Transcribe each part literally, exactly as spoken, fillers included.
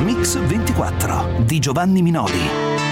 Mix ventiquattro di Giovanni Minoli.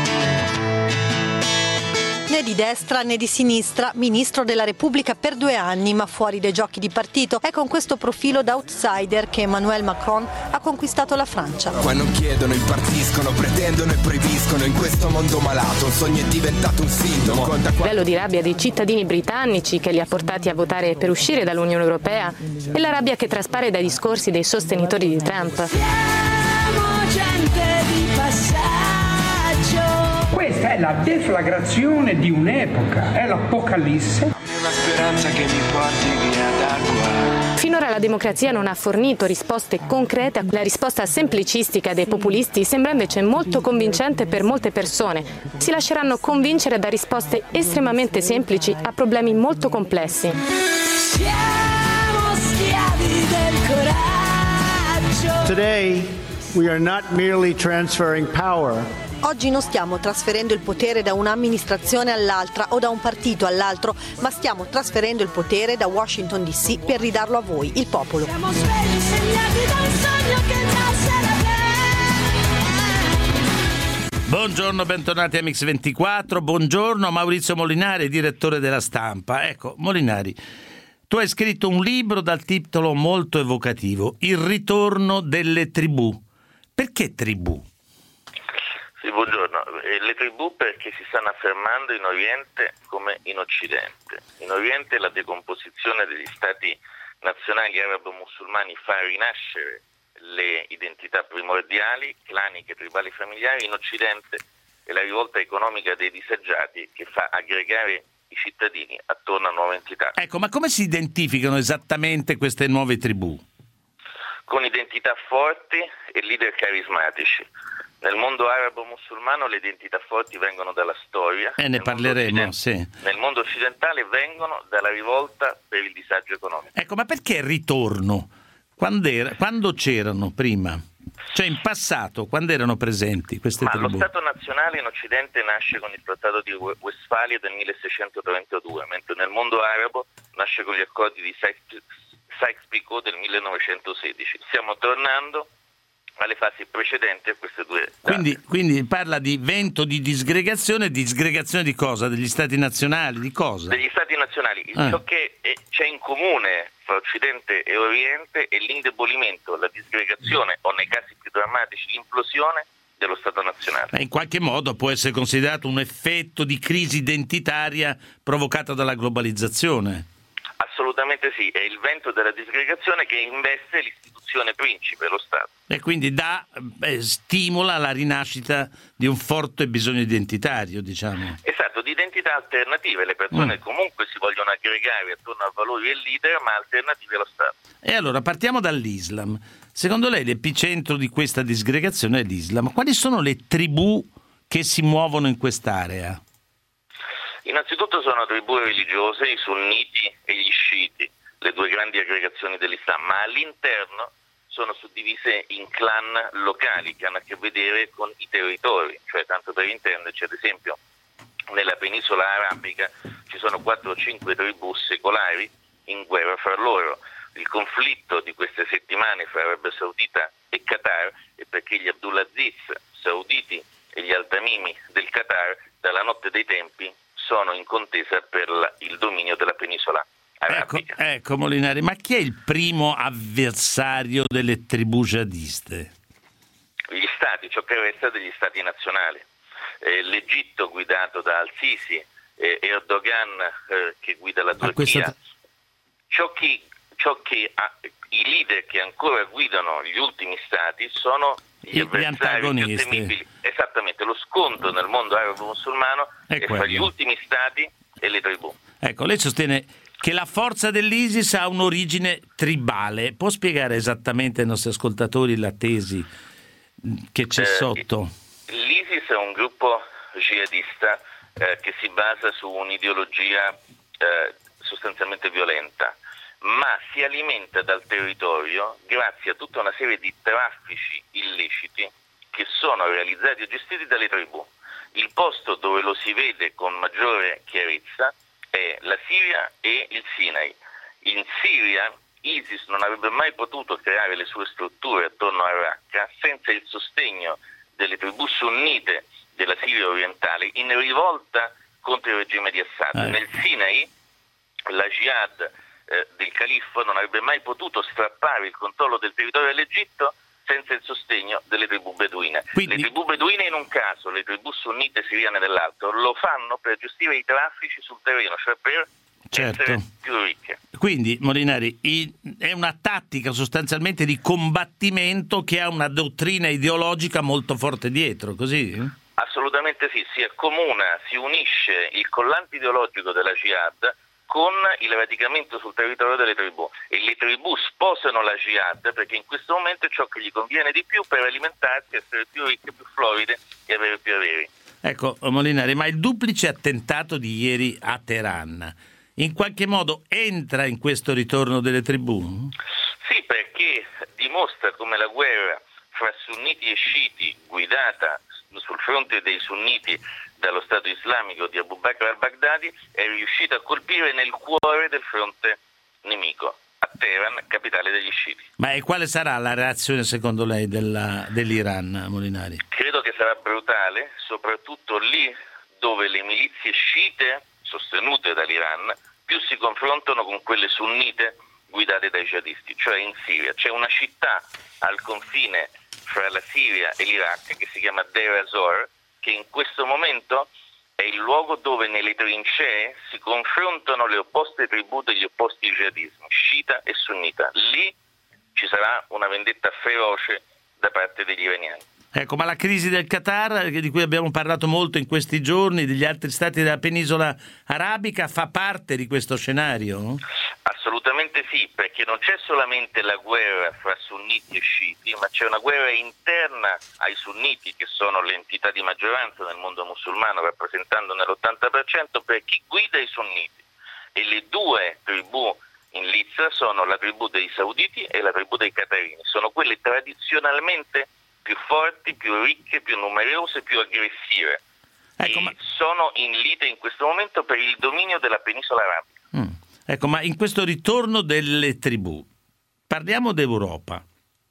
Né di destra né di sinistra, ministro della Repubblica per due anni, ma fuori dai giochi di partito. È con questo profilo da outsider che Emmanuel Macron ha conquistato la Francia. Ma non chiedono, impartiscono, pretendono e proibiscono. In questo mondo malato un sogno è diventato un sintomo. Il livello di rabbia dei cittadini britannici che li ha portati a votare per uscire dall'Unione Europea e la rabbia che traspare dai discorsi dei sostenitori di Trump. Siamo gente di passaggio. Questa è la deflagrazione di un'epoca, è l'apocalisse. Una speranza che mi porti via da qua. Finora la democrazia non ha fornito risposte concrete. La risposta semplicistica dei populisti sembra invece molto convincente per molte persone. Si lasceranno convincere da risposte estremamente semplici a problemi molto complessi. Siamo schiavi del coraggio. Today we are not merely transferring power. Oggi non stiamo trasferendo il potere da un'amministrazione all'altra o da un partito all'altro, ma stiamo trasferendo il potere da Washington D C per ridarlo a voi, il popolo. Siamo svegli, segnati da un sogno che nascerà. Buongiorno, bentornati a Mix ventiquattro. Buongiorno Maurizio Molinari, direttore della Stampa. Ecco, Molinari, tu hai scritto un libro dal titolo molto evocativo, Il ritorno delle tribù. Perché tribù? Sì, buongiorno. Le tribù perché si stanno affermando in Oriente come in Occidente. In Oriente la decomposizione degli stati nazionali arabo-musulmani fa rinascere le identità primordiali, claniche, tribali, familiari. In Occidente è la rivolta economica dei disagiati che fa aggregare i cittadini attorno a nuove entità. Ecco, ma come si identificano esattamente queste nuove tribù? Con identità forti e leader carismatici. Nel mondo arabo-musulmano le identità forti vengono dalla storia. E ne parleremo, sì. Nel mondo occidentale vengono dalla rivolta per il disagio economico. Ecco, ma perché ritorno? Quando, era, quando c'erano prima? Cioè in passato, quando erano presenti queste ma tribù? Lo Stato nazionale in Occidente nasce con il Trattato di Westfalia del milleseicentotrentadue, mentre nel mondo arabo nasce con gli accordi di Sykes-Picot del millenovecentosedici. Stiamo tornando alle fasi precedenti a queste due date. Quindi, quindi parla di vento di disgregazione, disgregazione di cosa? Degli stati nazionali, di cosa? Degli stati nazionali. Ah. Ciò che è, c'è in comune fra Occidente e Oriente è l'indebolimento, la disgregazione o nei casi più drammatici l'implosione dello Stato nazionale. Ma in qualche modo può essere considerato un effetto di crisi identitaria provocata dalla globalizzazione. Assolutamente sì, è il vento della disgregazione che investe l'istituzione principe, lo Stato. E quindi dà, beh, stimola la rinascita di un forte bisogno identitario, diciamo. Esatto, di identità alternative. Le persone Mm. comunque si vogliono aggregare attorno a valori e leader, ma alternative allo Stato. E allora partiamo dall'Islam. Secondo lei l'epicentro di questa disgregazione è l'Islam. Quali sono le tribù che si muovono in quest'area? Innanzitutto sono tribù religiose, i sunniti e gli sciiti, le due grandi aggregazioni dell'Islam, ma all'interno sono suddivise in clan locali che hanno a che vedere con i territori, cioè tanto per intenderci, ad esempio nella penisola arabica ci sono quattro o cinque tribù secolari in guerra fra loro. Il conflitto di queste settimane fra Arabia Saudita e Qatar è perché gli Abdulaziz sauditi e gli Al-Tamimi del Qatar dalla notte dei tempi sono in contesa per la, il dominio della penisola arabica. Ecco, ecco Molinari, ma chi è il primo avversario delle tribù jihadiste? Gli stati, ciò che resta degli stati nazionali. Eh, L'Egitto guidato da Al-Sisi, eh, Erdogan eh, che guida la Turchia. Questa... Ciò che, ciò che ha, i leader che ancora guidano gli ultimi stati sono gli, gli avversari più temibili. Esattamente, lo scontro nel mondo arabo-musulmano è, è fra gli ultimi stati e le tribù. Ecco, lei sostiene che la forza dell'ISIS ha un'origine tribale. Può spiegare esattamente ai nostri ascoltatori la tesi che c'è eh, sotto? L'ISIS è un gruppo jihadista eh, che si basa su un'ideologia eh, sostanzialmente violenta, ma si alimenta dal territorio grazie a tutta una serie di traffici illeciti che sono realizzati e gestiti dalle tribù. Il posto dove lo si vede con maggiore chiarezza è la Siria e il Sinai. In Siria ISIS non avrebbe mai potuto creare le sue strutture attorno a Raqqa senza il sostegno delle tribù sunnite della Siria orientale in rivolta contro il regime di Assad. Eh. Nel Sinai la jihad eh, del califfo non avrebbe mai potuto strappare il controllo del territorio dell'Egitto senza il sostegno delle tribù beduine. Quindi... Le tribù beduine in un caso, le tribù sunnite siriane nell'altro, lo fanno per gestire i traffici sul terreno, cioè per certo. essere più ricche. Quindi, Molinari, i, è una tattica sostanzialmente di combattimento che ha una dottrina ideologica molto forte dietro, così? Assolutamente sì, si accomuna, si unisce il collante ideologico della jihad con il radicamento sul territorio delle tribù, e le tribù sposano la jihad perché in questo momento è ciò che gli conviene di più per alimentarsi, essere più ricche, più floride e avere più averi. Ecco, Molinari, ma il duplice attentato di ieri a Teheran in qualche modo entra in questo ritorno delle tribù? Sì, perché dimostra come la guerra fra sunniti e sciiti, guidata sul fronte dei sunniti dallo Stato islamico di Abu Bakr al-Baghdadi, è riuscita a colpire nel cuore del fronte nemico, a Teheran, capitale degli sciiti. Ma e quale sarà la reazione secondo lei della, dell'Iran, Molinari? Credo che sarà brutale, soprattutto lì dove le milizie sciite sostenute dall'Iran più si confrontano con quelle sunnite guidate dai jihadisti, cioè in Siria. C'è una città al confine fra la Siria e l'Iraq che si chiama Deir ez-Zor, che in questo momento è il luogo dove nelle trincee si confrontano le opposte tribù degli opposti jihadismi, sciita e sunnita. Lì ci sarà una vendetta feroce da parte degli iraniani. Ecco, ma la crisi del Qatar, di cui abbiamo parlato molto in questi giorni, degli altri stati della penisola arabica, fa parte di questo scenario? Assolutamente sì, perché non c'è solamente la guerra fra sunniti e sciiti, ma c'è una guerra interna ai sunniti, che sono l'entità di maggioranza nel mondo musulmano, rappresentandone l'ottanta per cento, per chi guida i sunniti. E le due tribù in lizza sono la tribù dei sauditi e la tribù dei qatarini. Sono quelle tradizionalmente più forti, più ricche, più numerose, più aggressive. Ecco, e ma... sono in lite in questo momento per il dominio della penisola arabica. Mm. Ecco, ma in questo ritorno delle tribù, parliamo d'Europa.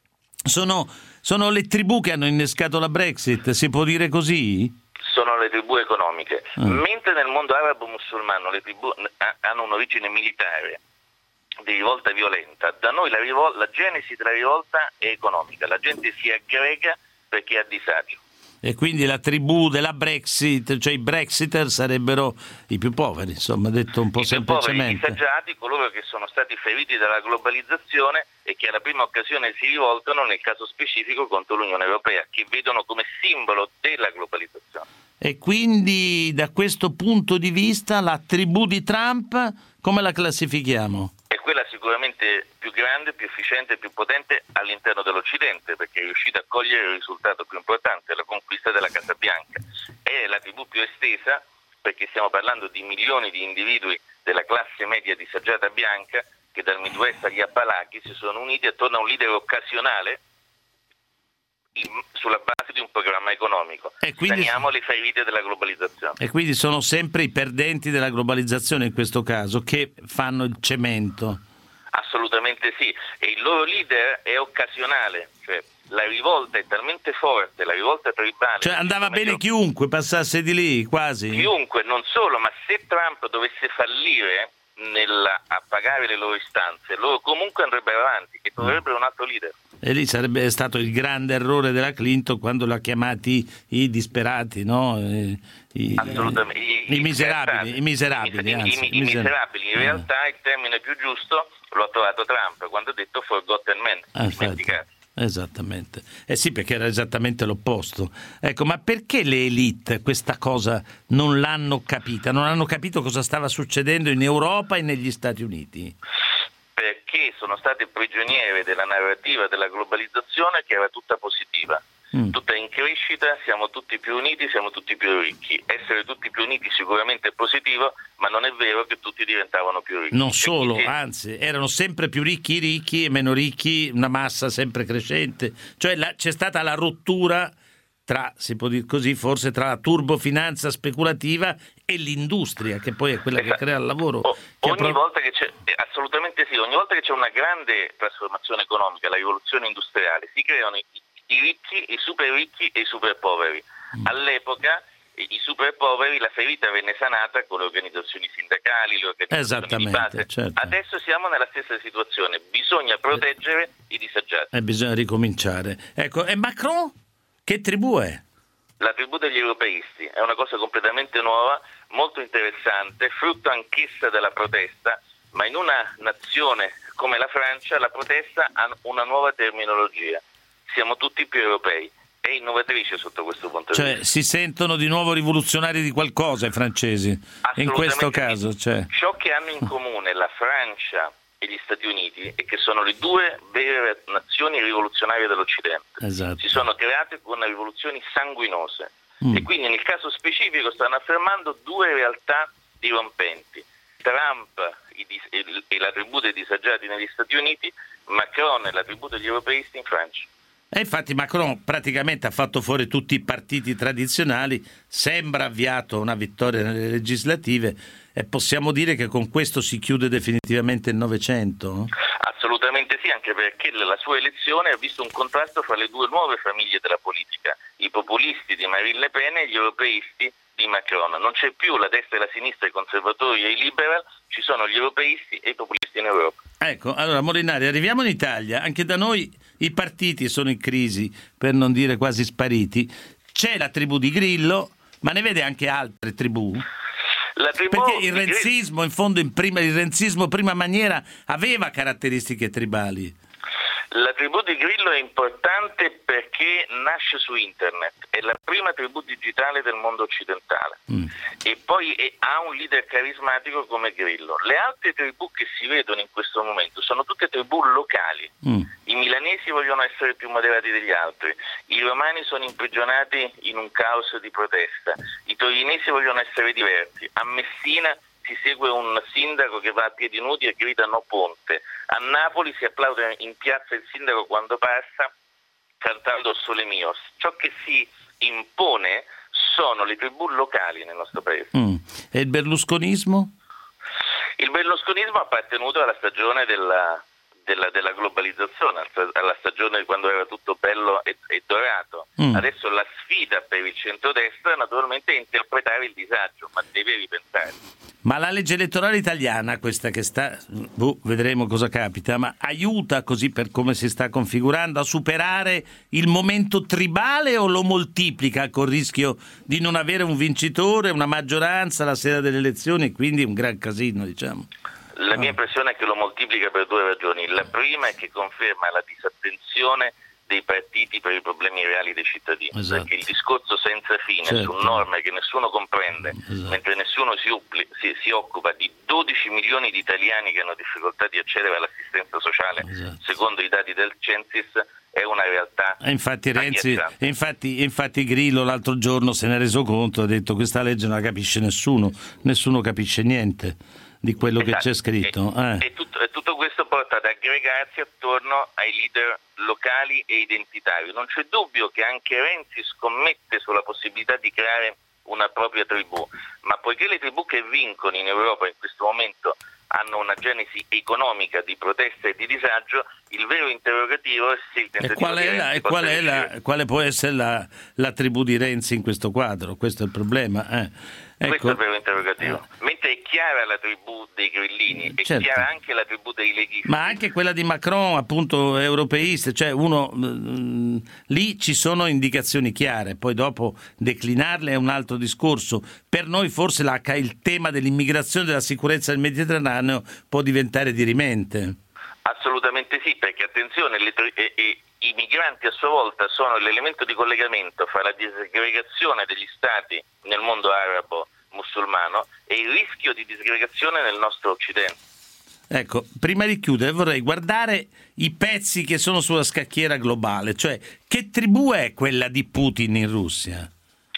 Sono, sono le tribù che hanno innescato la Brexit, si può dire così? Sono le tribù economiche. Mm. Mentre nel mondo arabo musulmano le tribù hanno un'origine militare, di rivolta violenta, da noi la, rivol- la genesi della rivolta è economica, la gente si aggrega perché ha disagio. E quindi la tribù della Brexit, cioè i Brexiter sarebbero i più poveri, insomma, detto un po' I semplicemente. I disagiati, coloro che sono stati feriti dalla globalizzazione e che alla prima occasione si rivoltano, nel caso specifico, contro l'Unione Europea, che vedono come simbolo della globalizzazione. E quindi da questo punto di vista la tribù di Trump come la classifichiamo? È quella sicuramente più grande, più efficiente, più potente all'interno dell'Occidente, perché è riuscita a cogliere il risultato più importante, la conquista della Casa Bianca. È la tribù più estesa, perché stiamo parlando di milioni di individui della classe media disagiata bianca che dal Midwest agli Appalachi si sono uniti attorno a un leader occasionale in, sulla base di un programma economico. E quindi, saniamo le ferite della globalizzazione. E quindi sono sempre i perdenti della globalizzazione in questo caso che fanno il cemento. Assolutamente sì, e il loro leader è occasionale, cioè la rivolta è talmente forte, la rivolta tribale... Cioè andava bene io... chiunque passasse di lì, quasi? Chiunque, non solo, ma se Trump dovesse fallire nel a pagare le loro istanze, loro comunque andrebbero avanti e troverebbero un altro leader. E lì sarebbe stato il grande errore della Clinton quando l'ha chiamati i disperati, no? I, Assolutamente. I, i miserabili, i miserabili, i, anzi, i, i, i miserabili. In realtà il termine più giusto lo ha trovato Trump quando ha detto forgotten men, ah, dimenticati. Esattamente. Eh sì, perché era esattamente l'opposto. Ecco, ma perché le elite questa cosa non l'hanno capita? Non hanno capito cosa stava succedendo in Europa e negli Stati Uniti? Perché sono state prigioniere della narrativa della globalizzazione, che era tutta positiva, mm. tutta in crescita, siamo tutti più uniti, siamo tutti più ricchi. Essere tutti più uniti sicuramente è positivo, ma non è vero che tutti diventavano più ricchi. Non solo, si... anzi, erano sempre più ricchi i ricchi e meno ricchi una massa sempre crescente. Cioè la, c'è stata la rottura tra, si può dire così, forse tra la turbofinanza speculativa e l'industria, che poi è quella esatto. che crea il lavoro. O, ogni pro... volta che c'è, assolutamente sì, ogni volta che c'è una grande trasformazione economica, la rivoluzione industriale, si creano i, i ricchi, i super ricchi e i super poveri. Mm. All'epoca i super poveri, la ferita venne sanata con le organizzazioni sindacali, le organizzazioni di base. Certo. Adesso siamo nella stessa situazione, bisogna proteggere eh, i disagiati. E bisogna ricominciare. Ecco, e Macron che tribù è? La tribù degli europeisti, è una cosa completamente nuova, molto interessante, frutto anch'essa della protesta, ma in una nazione come la Francia la protesta ha una nuova terminologia. Siamo tutti più europei. È innovatrice sotto questo punto cioè, di vista. Si sentono di nuovo rivoluzionari di qualcosa i francesi, in questo caso. Cioè. Ciò che hanno in comune la Francia e gli Stati Uniti è che sono le due vere nazioni rivoluzionarie dell'Occidente. Esatto. Si sono create con rivoluzioni sanguinose mm. e quindi nel caso specifico stanno affermando due realtà dirompenti. Trump e la tribù dei disagiati negli Stati Uniti, Macron e la tribù degli europeisti in Francia. E infatti Macron praticamente ha fatto fuori tutti i partiti tradizionali, sembra avviato una vittoria nelle legislative e possiamo dire che con questo si chiude definitivamente il Novecento? Assolutamente sì, anche perché la sua elezione ha visto un contrasto fra le due nuove famiglie della politica, i populisti di Marine Le Pen e gli europeisti di Macron. Non c'è più la destra e la sinistra, i conservatori e i liberal, ci sono gli europeisti e i populisti in Europa. Ecco, allora Molinari, arriviamo in Italia, anche da noi i partiti sono in crisi, per non dire quasi spariti. C'è la tribù di Grillo, ma ne vede anche altre tribù? La tribù Perché il renzismo, in fondo, in prima, il renzismo prima maniera aveva caratteristiche tribali. La tribù di Grillo è importante perché nasce su internet, è la prima tribù digitale del mondo occidentale mm. e poi è, ha un leader carismatico come Grillo. Le altre tribù che si vedono in questo momento sono tutte tribù locali. Mm. I milanesi vogliono essere più moderati degli altri, i romani sono imprigionati in un caos di protesta, i torinesi vogliono essere diversi, a Messina si segue un sindaco che va a piedi nudi e grida no ponte. A Napoli si applaude in piazza il sindaco quando passa cantando Sole Mio. Ciò che si impone sono le tribù locali nel nostro paese. Mm. E il berlusconismo? Il berlusconismo ha appartenuto alla stagione della, della, della globalizzazione, alla stagione di quando era tutto bello e, e dorato. Mm. Adesso la sfida per il centrodestra naturalmente è interpretare il disagio, ma deve ripensare. Ma la legge elettorale italiana, questa che sta, boh, vedremo cosa capita, ma aiuta così per come si sta configurando a superare il momento tribale o lo moltiplica col rischio di non avere un vincitore, una maggioranza la sera delle elezioni e quindi un gran casino, diciamo? La mia impressione è che lo moltiplica per due ragioni. La prima è che conferma la disattenzione dei partiti per i problemi reali dei cittadini, esatto. Perché il discorso senza fine certo. su norme che nessuno comprende, esatto. mentre nessuno si, uppli, si, si occupa di dodici milioni di italiani che hanno difficoltà di accedere all'assistenza sociale, esatto. secondo i dati del Censis, è una realtà. E infatti Renzi, e infatti, infatti Grillo l'altro giorno se ne è reso conto, ha detto questa legge non la capisce nessuno, nessuno capisce niente di quello esatto. che c'è scritto. E, eh. e, tutto, e tutto questo porta ad aggregarsi attorno ai leader locali e identitari. Non c'è dubbio che anche Renzi scommette sulla possibilità di creare una propria tribù, ma poiché le tribù che vincono in Europa in questo momento hanno una genesi economica di protesta e di disagio, il vero interrogativo è se il tentativo e qual è la, e qual è la, quale può essere la, la tribù di Renzi in questo quadro? Questo è il problema. Eh. Ecco. Questo è il vero interrogativo. Eh. Mentre è chiara la tribù dei grillini, è certo. chiara anche la tribù dei leghisti. Ma anche quella di Macron, appunto, europeista, cioè uno mh, lì ci sono indicazioni chiare, poi dopo declinarle è un altro discorso. Per noi forse la, il tema dell'immigrazione e della sicurezza del Mediterraneo può diventare dirimente. Assolutamente sì, perché attenzione, le, e, e, i migranti a sua volta sono l'elemento di collegamento fra la disgregazione degli stati nel mondo arabo musulmano e il rischio di disgregazione nel nostro Occidente. Ecco, prima di chiudere vorrei guardare i pezzi che sono sulla scacchiera globale, cioè che tribù è quella di Putin in Russia?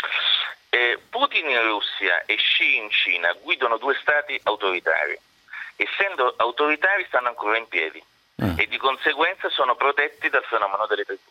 Eh, Putin in Russia e Xi in Cina guidano due stati autoritari. Essendo autoritari stanno ancora in piedi ah. e di conseguenza sono protetti dal fenomeno delle tribù.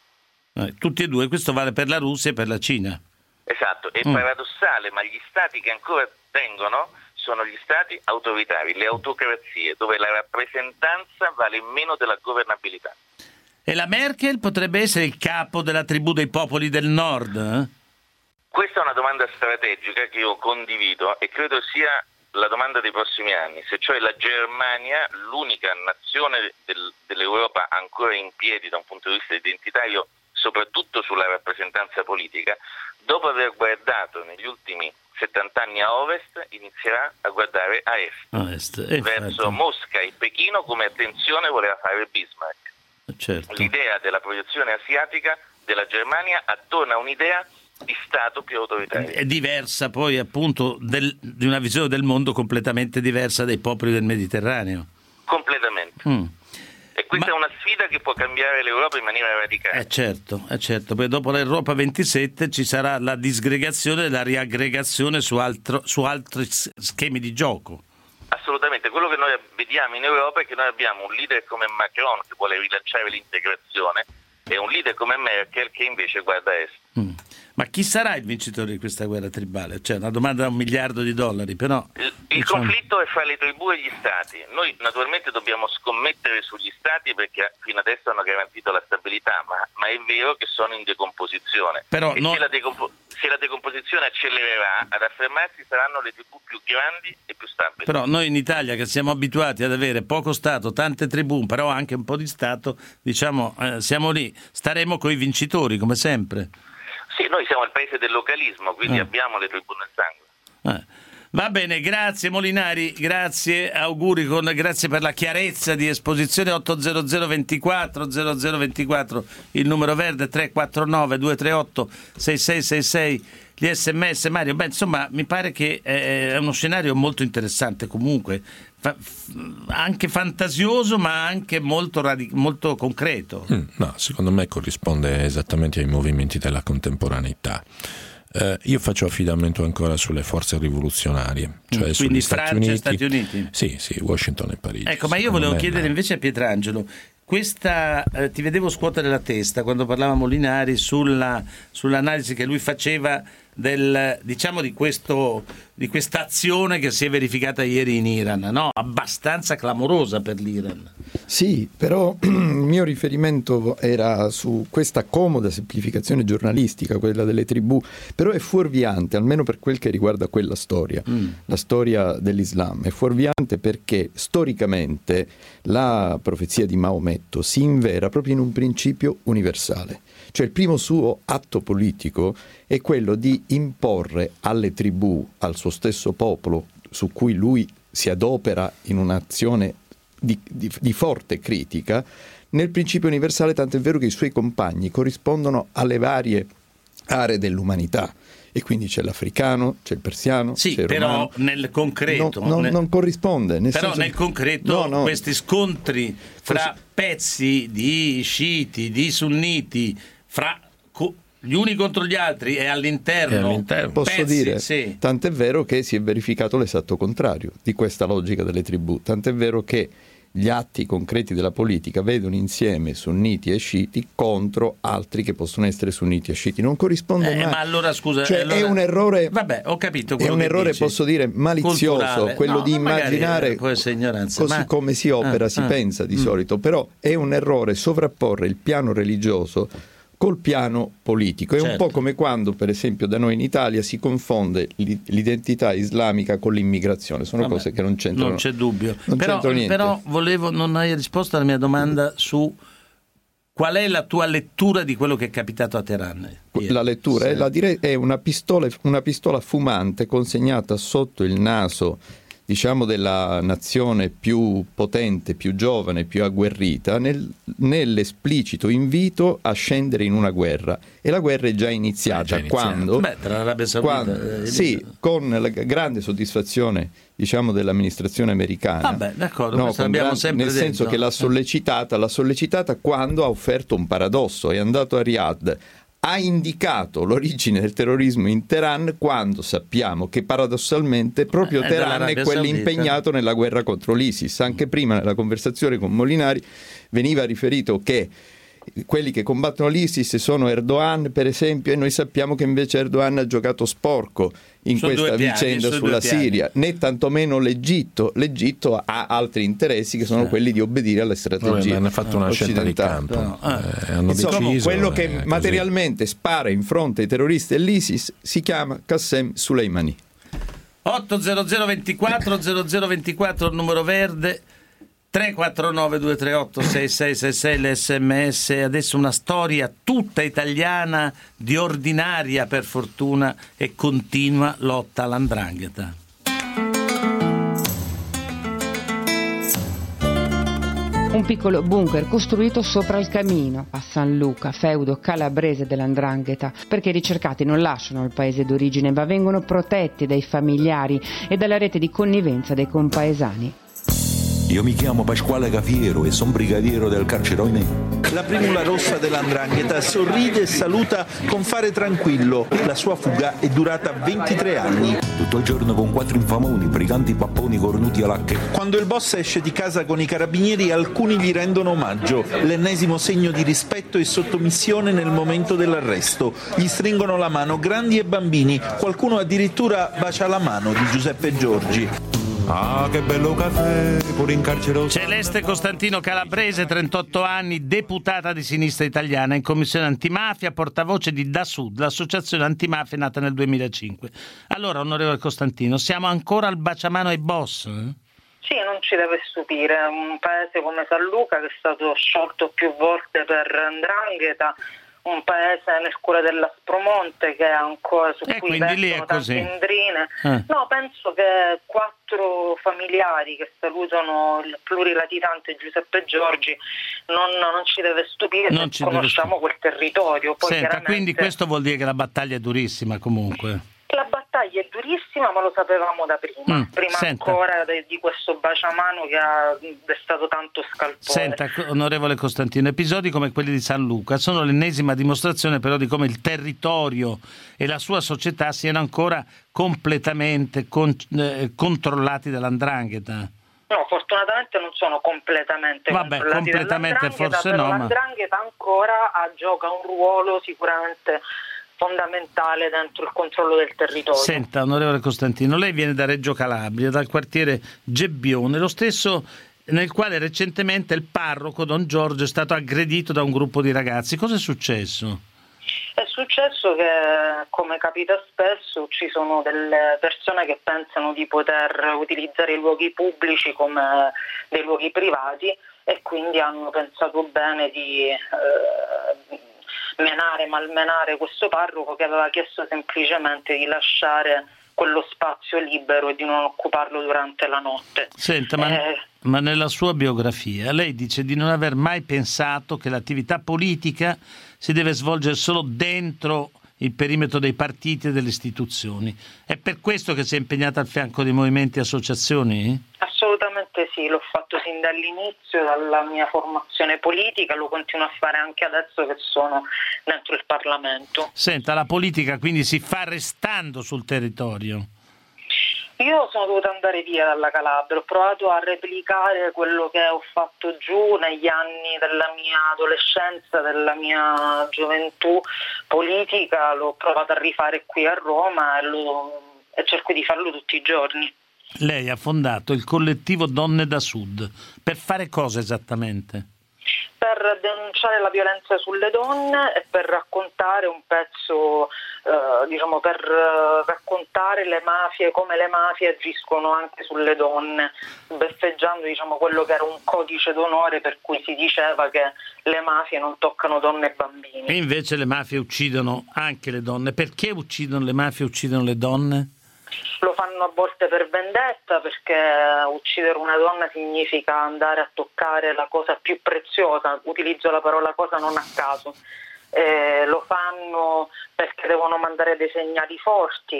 Eh, tutti e due, questo vale per la Russia e per la Cina. Esatto, è Mm. paradossale, ma gli stati che ancora tengono sono gli stati autoritari, le autocrazie, dove la rappresentanza vale meno della governabilità. E la Merkel potrebbe essere il capo della tribù dei popoli del nord? Eh? Questa è una domanda strategica che io condivido e credo sia la domanda dei prossimi anni, se cioè la Germania, l'unica nazione del, dell'Europa ancora in piedi da un punto di vista identitario, soprattutto sulla rappresentanza politica, dopo aver guardato negli ultimi settanta anni a ovest, inizierà a guardare a est, a est. Eh, verso infatti. Mosca e Pechino, come attenzione voleva fare Bismarck. Certo. L'idea della proiezione asiatica della Germania attorno a un'idea di Stato più autoritario. È diversa poi appunto del, di una visione del mondo completamente diversa dai popoli del Mediterraneo. Completamente. Mm. E questa Ma... è una sfida che può cambiare l'Europa in maniera radicale. Eh certo, eh certo, poi dopo l'Europa ventisette ci sarà la disgregazione e la riaggregazione su, altro, su altri schemi di gioco. Assolutamente, quello che noi vediamo in Europa è che noi abbiamo un leader come Macron che vuole rilanciare l'integrazione e un leader come Merkel che invece guarda a est. Mm. Ma chi sarà il vincitore di questa guerra tribale? Cioè, una domanda da un miliardo di dollari, però... Il, il diciamo... conflitto è fra le tribù e gli stati. Noi naturalmente dobbiamo scommettere sugli stati perché fino adesso hanno garantito la stabilità, ma, ma è vero che sono in decomposizione. Però e no... se, la decompo- se la decomposizione accelererà, ad affermarsi saranno le tribù più grandi e più stabili. Però noi in Italia, che siamo abituati ad avere poco Stato, tante tribù, però anche un po' di Stato, diciamo, eh, siamo lì, staremo coi vincitori, come sempre. Sì, noi siamo il paese del localismo, quindi Eh. abbiamo le tribù nel sangue. Eh. Va bene, grazie Molinari, grazie, auguri, con, grazie per la chiarezza di esposizione. Ottocento ventiquattro zero zero ventiquattro il numero verde, tre quattro nove due tre otto sei sei sei sei gli sms. Mario, beh, insomma, mi pare che è uno scenario molto interessante comunque, fa, anche fantasioso ma anche molto, radic- molto concreto. Mm, no, secondo me corrisponde esattamente ai movimenti della contemporaneità. Eh, io faccio affidamento ancora sulle forze rivoluzionarie, cioè quindi sugli Stati Francia Uniti. e Stati Uniti. Sì, sì, Washington e Parigi. Ecco, ma io Secondo volevo me, chiedere no. invece a Pietrangelo, questa eh, ti vedevo scuotere la testa quando parlava Molinari sulla, sull'analisi che lui faceva del, diciamo, di questo di questa azione che si è verificata ieri in Iran, no? Abbastanza clamorosa per l'Iran. Sì, però il mio riferimento era su questa comoda semplificazione giornalistica, quella delle tribù, però è fuorviante, almeno per quel che riguarda quella storia, mm. la storia dell'Islam. È fuorviante perché storicamente la profezia di Maometto si invera proprio in un principio universale. Cioè il primo suo atto politico è quello di imporre alle tribù, al suo stesso popolo, su cui lui si adopera in un'azione di, di, di forte critica, nel principio universale, tanto è vero che i suoi compagni corrispondono alle varie aree dell'umanità. E quindi c'è l'africano, c'è il persiano, sì, c'è il però romano. nel concreto... No, no, nel... non corrisponde. Nel però senso... nel concreto no, no. questi scontri fra Forse... pezzi di sciiti, di sunniti, fra co- gli uni contro gli altri e all'interno, e all'interno. Posso pezzi, dire, sì. Tant'è vero che si è verificato l'esatto contrario di questa logica delle tribù, tant'è vero che gli atti concreti della politica vedono insieme sunniti e sciiti contro altri che possono essere sunniti e sciiti. Non corrisponde eh, mai. Ma allora scusa, cioè, allora... è un errore. Vabbè, ho capito. È un errore, dici. posso dire, malizioso, culturale. quello no, di immaginare così ma... come si opera, ah, si ah, pensa di mm. solito, però è un errore sovrapporre il piano religioso col piano politico. È certo. un po' come quando, per esempio, da noi in Italia si confonde l'identità islamica con l'immigrazione. Sono Vabbè, cose che non c'entrano. Non c'è dubbio. Non però, c'entro niente. però volevo, non hai risposto alla mia domanda su qual è la tua lettura di quello che è capitato a Teheran. Ieri. La lettura sì. è, la dire- è una pistola, una pistola fumante consegnata sotto il naso, diciamo, della nazione più potente, più giovane, più agguerrita, nel, nell'esplicito invito a scendere in una guerra. E la guerra è già iniziata, è già iniziata. quando? Beh, tra l'Arabia Saudita quando, eh, sì, con la grande soddisfazione, diciamo, dell'amministrazione americana. Vabbè, d'accordo, no, questo l'abbiamo gran, sempre nel detto. senso che l'ha sollecitata, l'ha sollecitata quando ha offerto un paradosso. È andato a Riyadh, ha indicato l'origine del terrorismo in Teheran, quando sappiamo che paradossalmente proprio Eh, Teheran è quello Saudita. impegnato nella guerra contro l'ISIS. Anche prima nella conversazione con Molinari veniva riferito che quelli che combattono l'ISIS sono Erdogan, per esempio, e noi sappiamo che invece Erdogan ha giocato sporco in su questa piani, vicenda sulla Siria, né tantomeno l'Egitto. L'Egitto ha altri interessi che sono eh. quelli di obbedire alle strategie. Hanno fatto una scelta di campo. No. Eh, hanno Insomma, deciso, quello che eh, materialmente così. spara in fronte ai terroristi dell'ISIS si chiama Qassem Soleimani. otto zero zero ventiquattro zero zero ventiquattro il numero verde, tre quattro nove due tre otto sei sei sei sei l'esse emme esse. Adesso una storia tutta italiana di ordinaria, per fortuna, e continua lotta all''ndrangheta. Un piccolo bunker costruito sopra il camino a San Luca, feudo calabrese dell'Andrangheta, perché i ricercati non lasciano il paese d'origine ma vengono protetti dai familiari e dalla rete di connivenza dei compaesani. Io mi chiamo Pasquale Cafiero e sono brigadiero del carcere Oinè. La primula rossa dell'Andrangheta sorride e saluta con fare tranquillo. La sua fuga è durata ventitré anni. Tutto il giorno con quattro infamoni, briganti papponi cornuti a lacche. Quando il boss esce di casa con i carabinieri, alcuni gli rendono omaggio. L'ennesimo segno di rispetto e sottomissione nel momento dell'arresto. Gli stringono la mano grandi e bambini. Qualcuno addirittura bacia la mano di Giuseppe Giorgi. Ah, che bello caffè, pure in carcere. Celeste Costantino Calabrese, trentotto anni, deputata di Sinistra Italiana in commissione antimafia, portavoce di Da Sud, l'associazione antimafia nata nel duemilacinque. Allora, onorevole Costantino, siamo ancora al baciamano ai boss? Eh? Sì, non ci deve stupire. Un paese come San Luca, che è stato sciolto più volte per 'ndrangheta, un paese nel cuore dell'Aspromonte che è ancora su e cui vertono tante indrine. Eh. No, penso che quattro familiari che salutano il plurilatitante Giuseppe Giorgi non, non ci deve stupire, non se conosciamo deve... quel territorio. Poi Senta, chiaramente... quindi questo vuol dire che la battaglia è durissima comunque. La battaglia è durissima, ma lo sapevamo da prima, Mm, prima senta. ancora de, di questo baciamano che ha destato tanto scalpore. Senta, onorevole Costantino, episodi come quelli di San Luca sono l'ennesima dimostrazione però di come il territorio e la sua società siano ancora completamente con, eh, controllati dall''ndrangheta. No, fortunatamente non sono completamente Vabbè, controllati completamente forse però no, ma... l'Andrangheta ancora ah, gioca un ruolo sicuramente fondamentale dentro il controllo del territorio. Senta, onorevole Costantino, lei viene da Reggio Calabria, dal quartiere Gebbione, lo stesso nel quale recentemente il parroco Don Giorgio è stato aggredito da un gruppo di ragazzi. Cosa è successo? È successo che, come capita spesso, ci sono delle persone che pensano di poter utilizzare i luoghi pubblici come dei luoghi privati e quindi hanno pensato bene di eh, menare, malmenare questo parroco che aveva chiesto semplicemente di lasciare quello spazio libero e di non occuparlo durante la notte. Senta, ma, eh, ma nella sua biografia lei dice di non aver mai pensato che l'attività politica si deve svolgere solo dentro il perimetro dei partiti e delle istituzioni. È per questo che si è impegnata al fianco di movimenti e associazioni? Assolutamente sì, l'ho fatto sin dall'inizio, dalla mia formazione politica, lo continuo a fare anche adesso che sono dentro il Parlamento. Senta, la politica quindi si fa restando sul territorio? Io sono dovuta andare via dalla Calabria, ho provato a replicare quello che ho fatto giù negli anni della mia adolescenza, della mia gioventù politica, l'ho provato a rifare qui a Roma e, lo, e cerco di farlo tutti i giorni. Lei ha fondato il collettivo Donne da Sud, per fare cosa esattamente? Per denunciare la violenza sulle donne e per raccontare un pezzo, eh, diciamo, per eh, raccontare le mafie, come le mafie agiscono anche sulle donne, beffeggiando, diciamo, quello che era un codice d'onore per cui si diceva che le mafie non toccano donne e bambini. E invece le mafie uccidono anche le donne. Perché uccidono le mafie, uccidono le donne? Lo fanno a volte per vendetta, perché uccidere una donna significa andare a toccare la cosa più preziosa, utilizzo la parola cosa non a caso. Eh, lo fanno perché devono mandare dei segnali forti,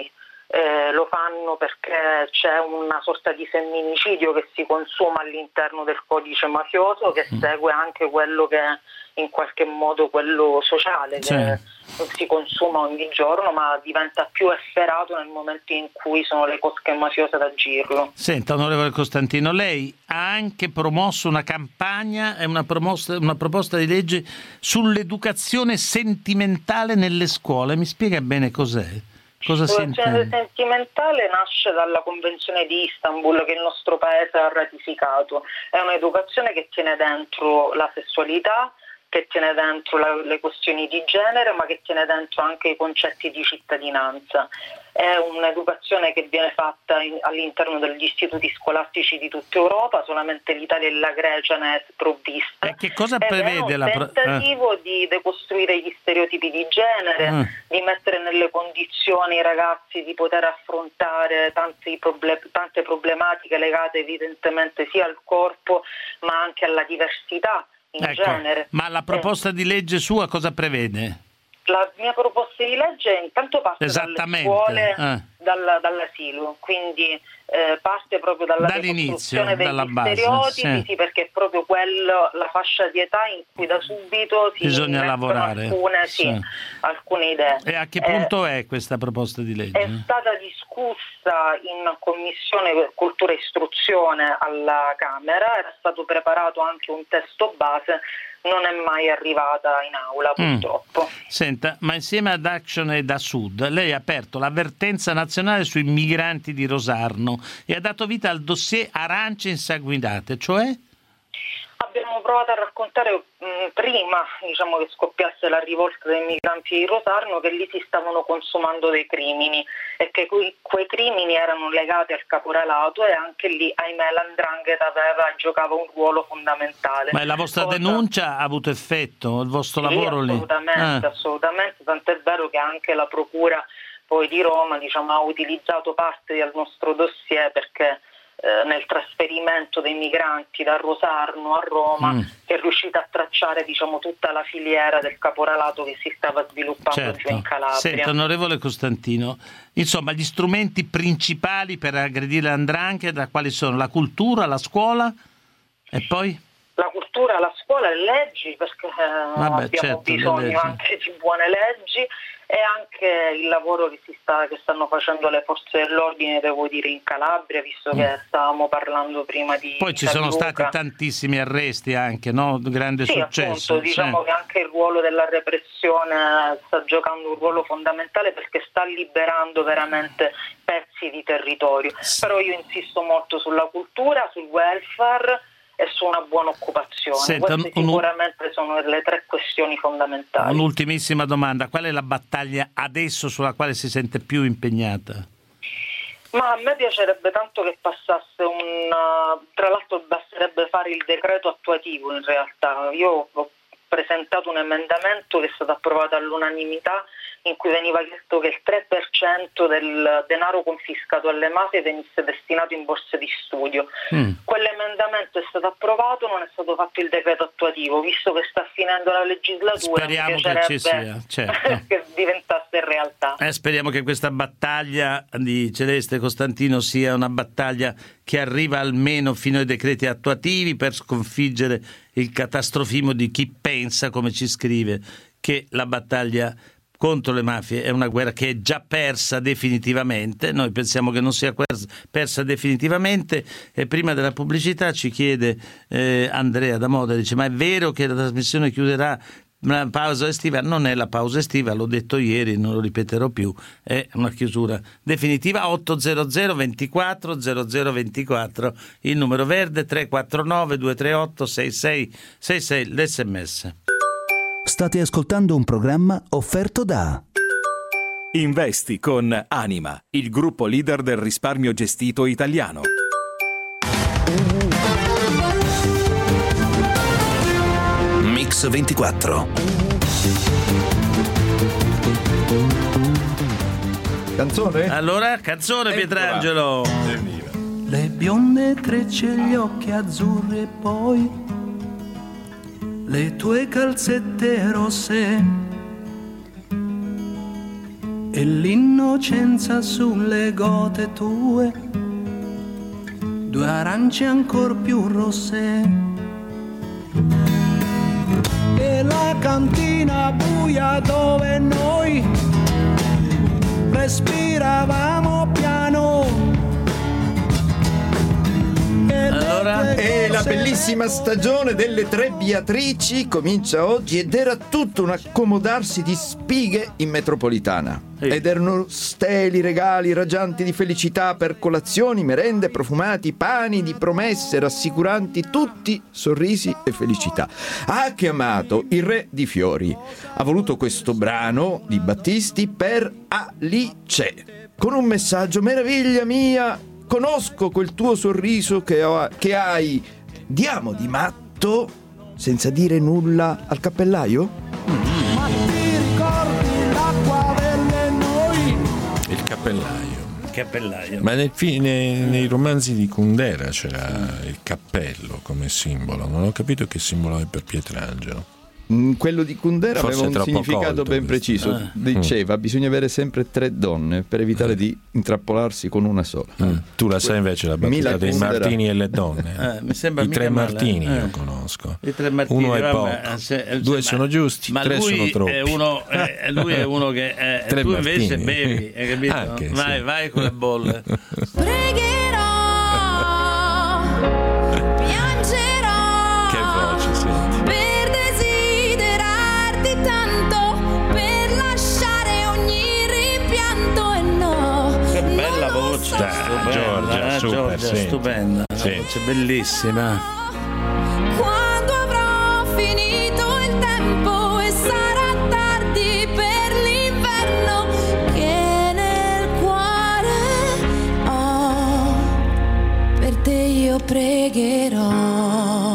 Eh, lo fanno perché c'è una sorta di femminicidio che si consuma all'interno del codice mafioso, che segue anche quello che è in qualche modo quello sociale, sì, che si consuma ogni giorno, ma diventa più efferato nel momento in cui sono le cosche mafiose ad agirlo. Senta, onorevole Costantino, lei ha anche promosso una campagna e una, promossa, una proposta di legge sull'educazione sentimentale nelle scuole. Mi spiega bene cos'è? Cosa si intende? L'educazione sentimentale nasce dalla Convenzione di Istanbul che il nostro paese ha ratificato. È un'educazione che tiene dentro la sessualità, che tiene dentro la, le questioni di genere, ma che tiene dentro anche i concetti di cittadinanza. È un'educazione che viene fatta in, all'interno degli istituti scolastici di tutta Europa, solamente l'Italia e la Grecia ne è sprovvista. E che cosa Ed prevede è un la pro- tentativo eh. di decostruire gli stereotipi di genere, eh. di mettere nelle condizioni i ragazzi di poter affrontare tanti problem- tante problematiche legate evidentemente sia al corpo ma anche alla diversità in ecco, genere. Ma la proposta eh. di legge sua cosa prevede? La mia proposta di legge intanto parte dalle scuole, eh. dal, dall'asilo, quindi eh, parte proprio dalla decostruzione degli dalla base, stereotipi, sì. sì, perché è proprio quello la fascia di età in cui da subito si bisogna lavorare alcune, sì, sì. alcune idee. E a che punto eh, è questa proposta di legge? È stata discussa in Commissione Cultura e Istruzione alla Camera, era stato preparato anche un testo base, non è mai arrivata in aula purtroppo. Mm. Senta, ma insieme ad Action e da Sud lei ha aperto l'avvertenza nazionale sui migranti di Rosarno e ha dato vita al dossier Arance insanguinate, cioè? Abbiamo provato a raccontare mh, prima, diciamo, che scoppiasse la rivolta dei migranti di Rosarno, che lì si stavano consumando dei crimini e che quei, quei crimini erano legati al caporalato e anche lì, ahimè, l'Andrangheta aveva giocava un ruolo fondamentale. Ma la vostra Cosa... denuncia ha avuto effetto? Il vostro sì, lavoro lì? Assolutamente, ah. assolutamente, tant'è vero che anche la Procura poi di Roma, diciamo, ha utilizzato parte del nostro dossier perché eh, nel trasferimento dei migranti da Rosarno a Roma mm. è riuscita a tracciare, diciamo, tutta la filiera del caporalato che si stava sviluppando certo. giù in Calabria. Senta, onorevole Costantino, insomma, gli strumenti principali per aggredire l'andrangheta quali sono? La cultura, la scuola e poi? La cultura, la scuola e le leggi, perché eh, Vabbè, abbiamo certo, bisogno anche di buone leggi, e anche il lavoro che si sta che stanno facendo le forze dell'ordine, devo dire, in Calabria, visto mm. che stavamo parlando prima di poi ci San sono Luca. stati tantissimi arresti anche, no? Grande sì, successo. Appunto, diciamo eh. che anche il ruolo della repressione sta giocando un ruolo fondamentale perché sta liberando veramente pezzi di territorio. Sì. Però io insisto molto sulla cultura, sul welfare e su una buona occupazione. Senta, Queste un, sicuramente sono le tre questioni fondamentali. Un'ultimissima domanda: qual è la battaglia adesso sulla quale si sente più impegnata? Ma a me piacerebbe tanto che passasse un... tra l'altro basterebbe fare il decreto attuativo in realtà. Io ho presentato un emendamento che è stato approvato all'unanimità in cui veniva chiesto che il tre per cento del denaro confiscato alle mafie venisse destinato in borse di studio. Mm. Quell'emendamento è stato approvato, non è stato fatto il decreto attuativo, visto che sta finendo la legislatura. Speriamo che ci sia, certo. che diventasse realtà. Eh, speriamo che questa battaglia di Celeste Costantino sia una battaglia che arriva almeno fino ai decreti attuativi per sconfiggere il catastrofismo di chi pensa, come ci scrive, che la battaglia contro le mafie è una guerra che è già persa definitivamente. Noi pensiamo che non sia persa definitivamente. E prima della pubblicità ci chiede eh, Andrea da Modena, dice: ma è vero che la trasmissione chiuderà la pausa estiva? Non è la pausa estiva, l'ho detto ieri, non lo ripeterò più, è una chiusura definitiva. Otto zero zero ventiquattro zero zero ventiquattro il numero verde, tre quattro nove due tre otto sei sei sei sei l'esse emme esse. State ascoltando un programma offerto da Investi con Anima, il gruppo leader del risparmio gestito italiano. Mix ventiquattro. Canzone? Allora, canzone, Pietrangelo. Le bionde trecce, gli occhi azzurri e poi le tue calzette rosse, e l'innocenza sulle gote tue, due arance ancor più rosse, e la cantina buia dove noi respiravamo piano. Allora, e la bellissima stagione delle tre Beatrici comincia oggi ed era tutto un accomodarsi di spighe in metropolitana. Ed erano steli, regali raggianti di felicità per colazioni, merende, profumati, pani di promesse rassicuranti, tutti sorrisi e felicità. Ha chiamato il re di fiori, ha voluto questo brano di Battisti per Alice, con un messaggio: meraviglia mia, conosco quel tuo sorriso che, ho, che hai, diamo di matto senza dire nulla al cappellaio? Mm. Ma ti ricordi l'acqua delle noi? Il cappellaio. Cappellaio. Ma nel, nei, nei romanzi di Kundera c'era il cappello come simbolo. Non ho capito che simbolo è per Pietrangelo. Quello di Kundera Forse aveva un significato colto, ben preciso. eh. Diceva: mm. bisogna avere sempre tre donne per evitare eh. di intrappolarsi con una sola. Mm. Tu la sai invece la battuta dei Kundera. Martini e le donne? Eh, mi sembra I tre male. Martini eh. io conosco. I tre Martini, uno è vabbè, poco, se, due se, sono ma, giusti, ma tre lui sono troppi. È uno, eh, lui è uno che è, Tre tu Martini. invece bevi, hai capito? Anche, vai, sì. vai con le bolle. Pregherò, piangerò. Che voce, senti. Per desiderarti tanto, per lasciare ogni rimpianto e no. Che bella voce, Dai, stupenda, Giorgia, eh, super, Giorgia, senti. stupenda, Sì. una voce bellissima. Quando avrò finito il tempo e sarà tardi per l'inverno, che nel cuore ho, per te io pregherò.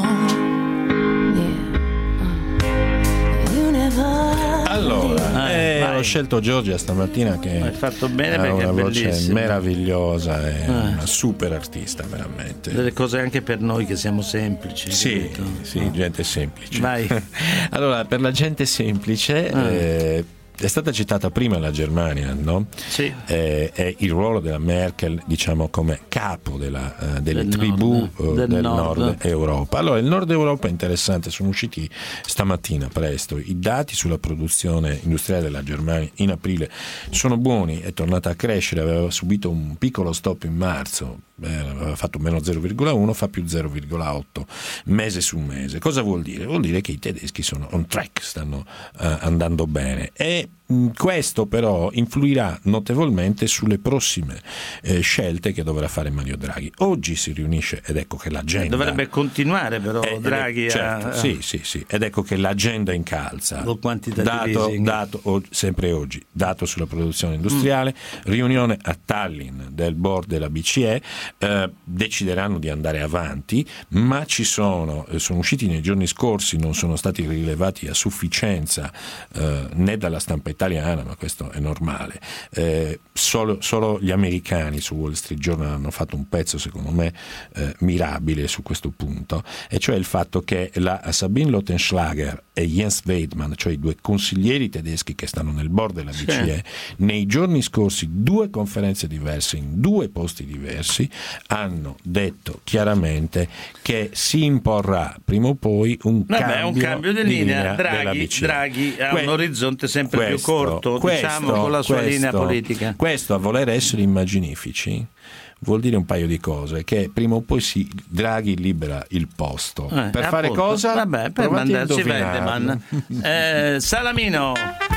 Yeah. You never Allora, Eh, eh, vai. ho scelto Giorgia stamattina che Hai fatto bene ha perché una è voce bellissima. meravigliosa, è Eh. una super artista veramente. Delle cose anche per noi che siamo semplici. Sì, capito? sì, gente semplice. Vai. Allora, per la gente semplice Ah. eh, è stata citata prima la Germania, no? Sì. Eh, è il ruolo della Merkel, diciamo, come capo della, eh, delle Del tribù nord, eh, del del, nord. nord. Europa. Allora, il nord Europa è interessante, sono usciti stamattina presto i dati sulla produzione industriale della Germania in aprile, sono buoni, è tornata a crescere, aveva subito un piccolo stop in marzo, eh, aveva fatto meno zero virgola uno, fa più zero virgola otto mese su mese. Cosa vuol dire? Vuol dire che i tedeschi sono on track, stanno eh, andando bene, e mh, questo però influirà notevolmente sulle prossime eh, scelte che dovrà fare Mario Draghi. Oggi si riunisce ed ecco che l'agenda Dovrebbe continuare però eh, Draghi certo, a, sì, sì, sì, ed ecco che l'agenda incalza. Col quantitative Dato, easing. dato o- sempre oggi, dato sulla produzione industriale, mm. riunione a Tallinn del board della B C E, eh, decideranno di andare avanti, ma ci sono, eh, sono usciti nei giorni scorsi, non sono stati rilevati a sufficienza eh, né dalla stampa italiana, ma questo è normale. Eh, solo, solo gli americani su Wall Street Journal hanno fatto un pezzo, secondo me, eh, mirabile su questo punto, e cioè il fatto che la Sabine Lautenschlager e Jens Weidmann, cioè i due consiglieri tedeschi che stanno nel board della B C E, sì. nei giorni scorsi, due conferenze diverse in due posti diversi, hanno detto chiaramente che si imporrà prima o poi un, Vabbè, cambio, un cambio di linea, linea Draghi, della B C E. Draghi ha Que- un orizzonte sempre questo, più corto, questo, diciamo, con la sua questo, linea politica. Questo, a voler essere immaginifici, vuol dire un paio di cose, che prima o poi si, Draghi libera il posto Eh, per fare appunto. cosa? Vabbè, per Provate a mandarci indovinarlo. Vendeman. eh, Salamino.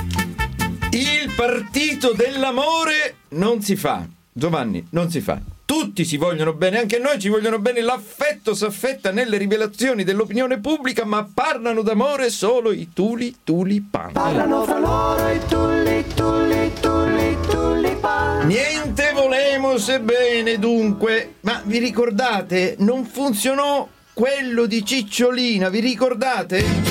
Il partito dell'amore non si fa, Giovanni, non si fa. Tutti si vogliono bene, anche noi ci vogliono bene, l'affetto s'affetta nelle rivelazioni dell'opinione pubblica, ma parlano d'amore solo i tuli tulipan. Parlano fra loro i tulli, tulli, tulli, tulipan. Niente volemo sebbene dunque, ma vi ricordate? Non funzionò quello di Cicciolina, vi ricordate?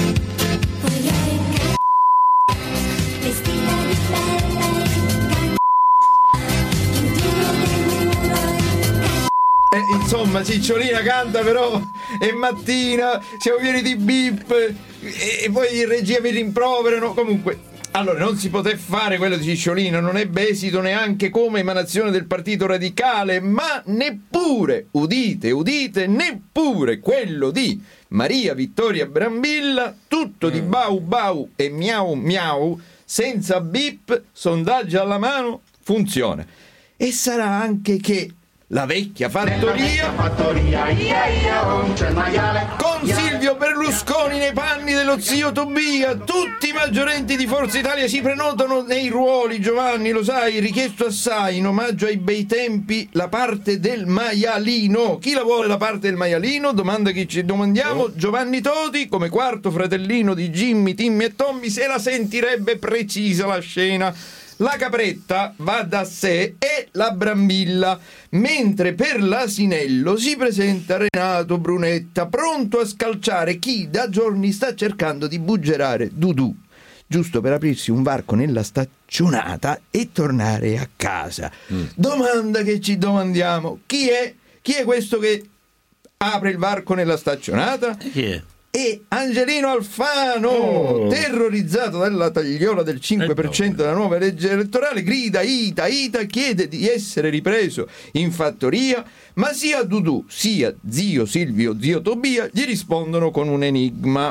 Eh, insomma, Cicciolina canta però è mattina, siamo pieni di bip e, e poi in regia mi rimproverano. Comunque, Allora, non si poté fare quello di Cicciolino, non ebbe esito neanche come emanazione del Partito Radicale, ma neppure, udite, udite, neppure quello di Maria Vittoria Brambilla, tutto di bau bau e miau miau, senza bip, sondaggi alla mano, funziona. E sarà anche che la vecchia fattoria, fattoria ia, ia, oh, c'è il maiale, con Silvio Berlusconi nei panni dello zio Tobia, tutti i maggiorenti di Forza Italia si prenotano nei ruoli. Giovanni, lo sai, richiesto assai in omaggio ai bei tempi la parte del maialino. Chi la vuole la parte del maialino? Domanda che ci domandiamo. Oh. Giovanni Toti, come quarto fratellino di Jimmy, Timmy e Tommy, se la sentirebbe precisa la scena. La capretta va da sé e la Brambilla, mentre per l'asinello si presenta Renato Brunetta, pronto a scalciare chi da giorni sta cercando di buggerare Dudu, giusto per aprirsi un varco nella staccionata e tornare a casa. Mm. Domanda che ci domandiamo: chi è? Chi è questo che apre il varco nella staccionata? Chi è? E Angelino Alfano, oh. terrorizzato dalla tagliola del cinque per cento della nuova legge elettorale, grida Ita, Ita, chiede di essere ripreso in fattoria, ma sia Dudu sia zio Silvio, zio Tobia gli rispondono con un enigma.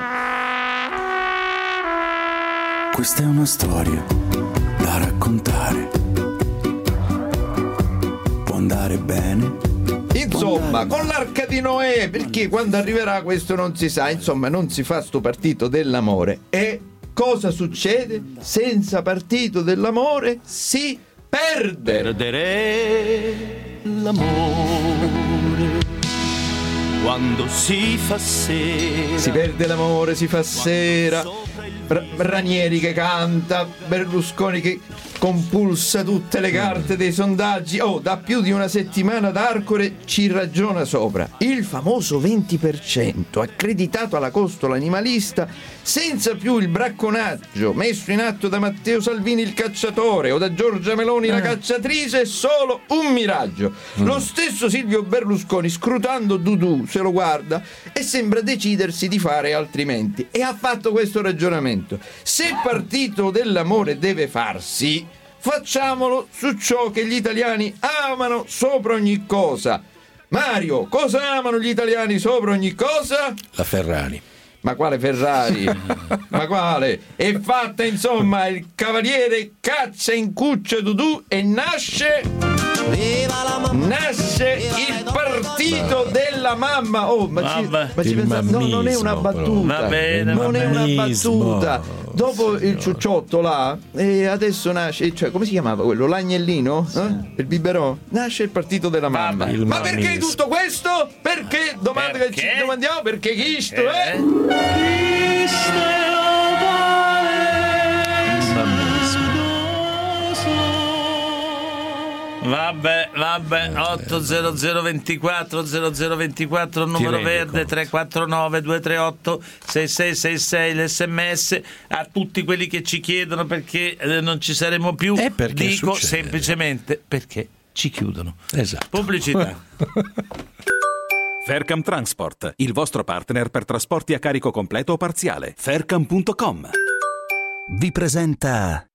Questa è una storia da raccontare, può andare bene. Insomma, con l'Arca di Noè, perché quando arriverà questo non si sa. Insomma, non si fa sto partito dell'amore. E cosa succede? Senza partito dell'amore si perde. Perdere l'amore quando si fa sera. Si perde l'amore, si fa sera. Ranieri che canta, Berlusconi che compulsa tutte le carte dei sondaggi. Oh, da più di una settimana d'Arcore ci ragiona sopra. Il famoso venti per cento accreditato alla costola animalista, senza più il bracconaggio messo in atto da Matteo Salvini il cacciatore o da Giorgia Meloni la cacciatrice, è solo un miraggio. Lo stesso Silvio Berlusconi, scrutando Dudu, se lo guarda e sembra decidersi di fare altrimenti, e ha fatto questo ragionamento: se il partito dell'amore deve farsi, facciamolo su ciò che gli italiani amano sopra ogni cosa. Mario, cosa amano gli italiani sopra ogni cosa? La Ferrari. Ma quale Ferrari? Ma quale? È fatta, insomma, il cavaliere caccia in cuccia Dudu e nasce... nasce il partito della mamma. Oh, ma ci, ma ci pensa, no, non è una battuta. Va bene, non va è una mammismo. battuta. Dopo il ciucciotto là, e adesso nasce, cioè, come si chiamava quello? L'agnellino? Eh? Il biberò? Nasce il partito della mamma. Il ma perché mammismo. tutto questo? Perché? Domanda Perché? che ci domandiamo, perché questo Eh? è... Vabbè, vabbè, otto zero zero ventiquattro zero zero ventiquattro il numero verde, tre quattro nove due tre otto sei sei sei sei l'sms. A tutti quelli che ci chiedono perché eh, non ci saremo più, Eh, perché dico succede? semplicemente perché ci chiudono. Esatto. Pubblicità. Faircam Transport, il vostro partner per trasporti a carico completo o parziale. faircam punto com vi presenta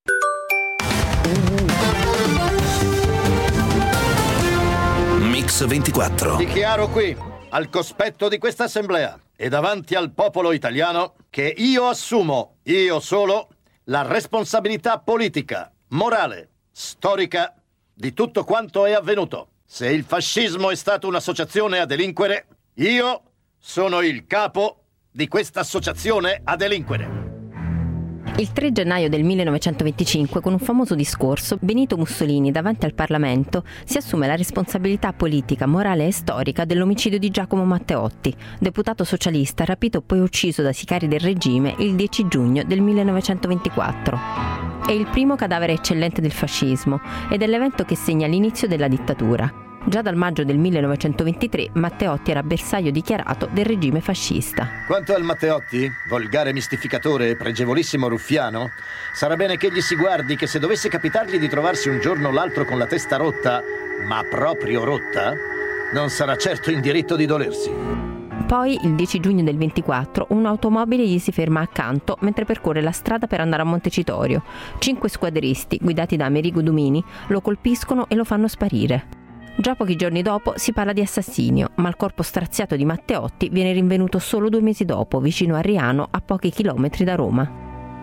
Mix ventiquattro. Dichiaro qui, al cospetto di questa assemblea e davanti al popolo italiano, che io assumo, io solo, la responsabilità politica, morale, storica di tutto quanto è avvenuto. Se il fascismo è stata un'associazione a delinquere, io sono il capo di questa associazione a delinquere. Il tre gennaio del millenovecentoventicinque, con un famoso discorso, Benito Mussolini, davanti al Parlamento, si assume la responsabilità politica, morale e storica dell'omicidio di Giacomo Matteotti, deputato socialista rapito e poi ucciso da sicari del regime il dieci giugno del millenovecentoventiquattro. È il primo cadavere eccellente del fascismo ed è l'evento che segna l'inizio della dittatura. Già dal maggio del millenovecentoventitré Matteotti era bersaglio dichiarato del regime fascista. Quanto al Matteotti, volgare mistificatore e pregevolissimo ruffiano, sarà bene che gli si guardi che se dovesse capitargli di trovarsi un giorno o l'altro con la testa rotta, ma proprio rotta, non sarà certo in diritto di dolersi. Poi, il dieci giugno del ventiquattro, un'automobile gli si ferma accanto mentre percorre la strada per andare a Montecitorio. Cinque squadristi, guidati da Amerigo Dumini, lo colpiscono e lo fanno sparire. Già pochi giorni dopo si parla di assassinio, ma il corpo straziato di Matteotti viene rinvenuto solo due mesi dopo, vicino a Riano, a pochi chilometri da Roma.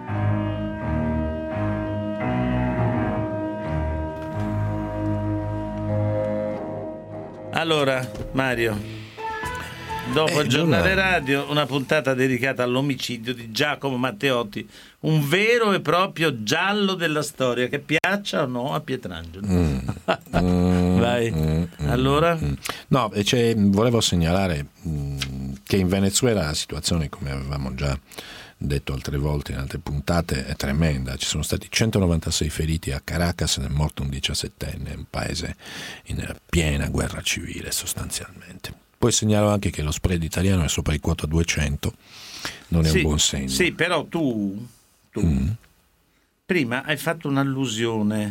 Allora, Mario, dopo eh, il giornale radio, una puntata dedicata all'omicidio di Giacomo Matteotti, un vero e proprio giallo della storia, che piaccia o no a Pietrangelo. Mm. Vai. Mm. Allora? Mm. No, cioè, volevo segnalare mm, che in Venezuela la situazione, come avevamo già detto altre volte in altre puntate, è tremenda. Ci sono stati centonovantasei feriti a Caracas, è morto un diciassettenne, un paese in piena guerra civile sostanzialmente. Poi segnalo anche che lo spread italiano è sopra i quota duecento, non è sì, un buon segno. Sì, però tu, tu mm. prima hai fatto un'allusione,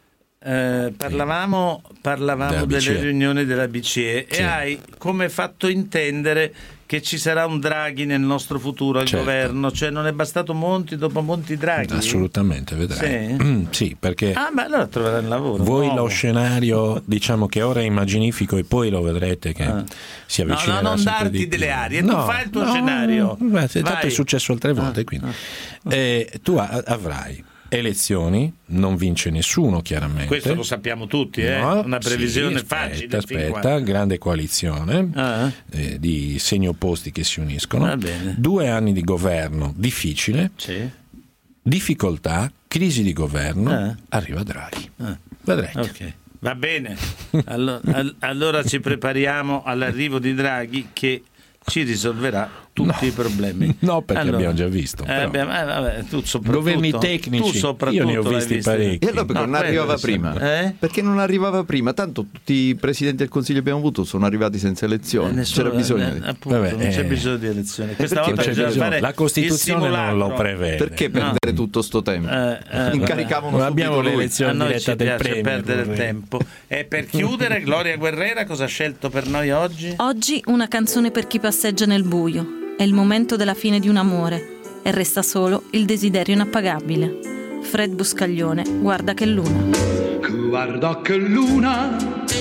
eh, parlavamo, parlavamo delle riunioni della B C E sì. e hai come fatto intendere che ci sarà un Draghi nel nostro futuro al certo. governo, cioè non è bastato Monti dopo Monti Draghi? Assolutamente, vedrai. Sì, mm, sì perché ah, ma allora troverai il lavoro. Voi no. lo scenario, diciamo che ora è immaginifico e poi lo vedrete che ah. si avvicina. No, no, non darti delle arie, no, tu fai il tuo no, scenario. Beh, tanto è successo altre volte, ah, quindi. Ah, eh, tu avrai elezioni, non vince nessuno chiaramente. Questo lo sappiamo tutti, eh? No, una previsione sì, aspetta, facile. Aspetta, grande coalizione ah. eh, di segni opposti che si uniscono. Va bene. Due anni di governo difficile, sì. difficoltà, crisi di governo, ah. arriva Draghi. Ah. Vedrete. Okay. Va bene. Allora, allora ci prepariamo all'arrivo di Draghi che ci risolverà tutti no, i problemi. No, perché allora, abbiamo già visto. Eh, abbiamo, eh, vabbè, tu governi tecnici, tu io ne ho visti parecchi. E allora perché no, non arrivava prima? Eh? Perché non arrivava prima? Tanto tutti i presidenti del Consiglio che abbiamo avuto sono arrivati senza elezioni. Eh, nessuno, C'era bisogno eh, di... appunto, vabbè, non c'è eh, bisogno di elezioni. Questa volta c'è bisogno. Fare la Costituzione non lo prevede. Perché perdere no. tutto sto tempo? Eh, eh, Incaricavano abbiamo l'elezione a noi diretta ci del piace premio, perdere il tempo. E per chiudere, Gloria Guerrera cosa ha scelto per noi oggi? Oggi una canzone per chi passeggia nel buio. È il momento della fine di un amore e resta solo il desiderio inappagabile. Fred Buscaglione, Guarda che luna. Guarda che luna,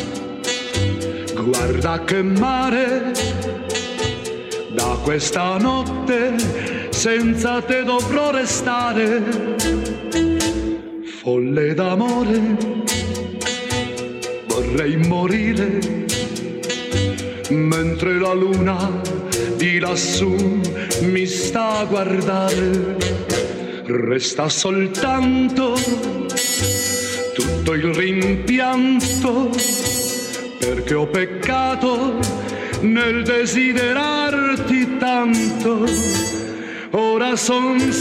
guarda che mare, da questa notte senza te dovrò restare. Folle d'amore, vorrei morire, mentre la luna di lassù mi sta a guardare. Resta soltanto tutto il rimpianto, perché ho peccato nel desiderarti tanto. Ora son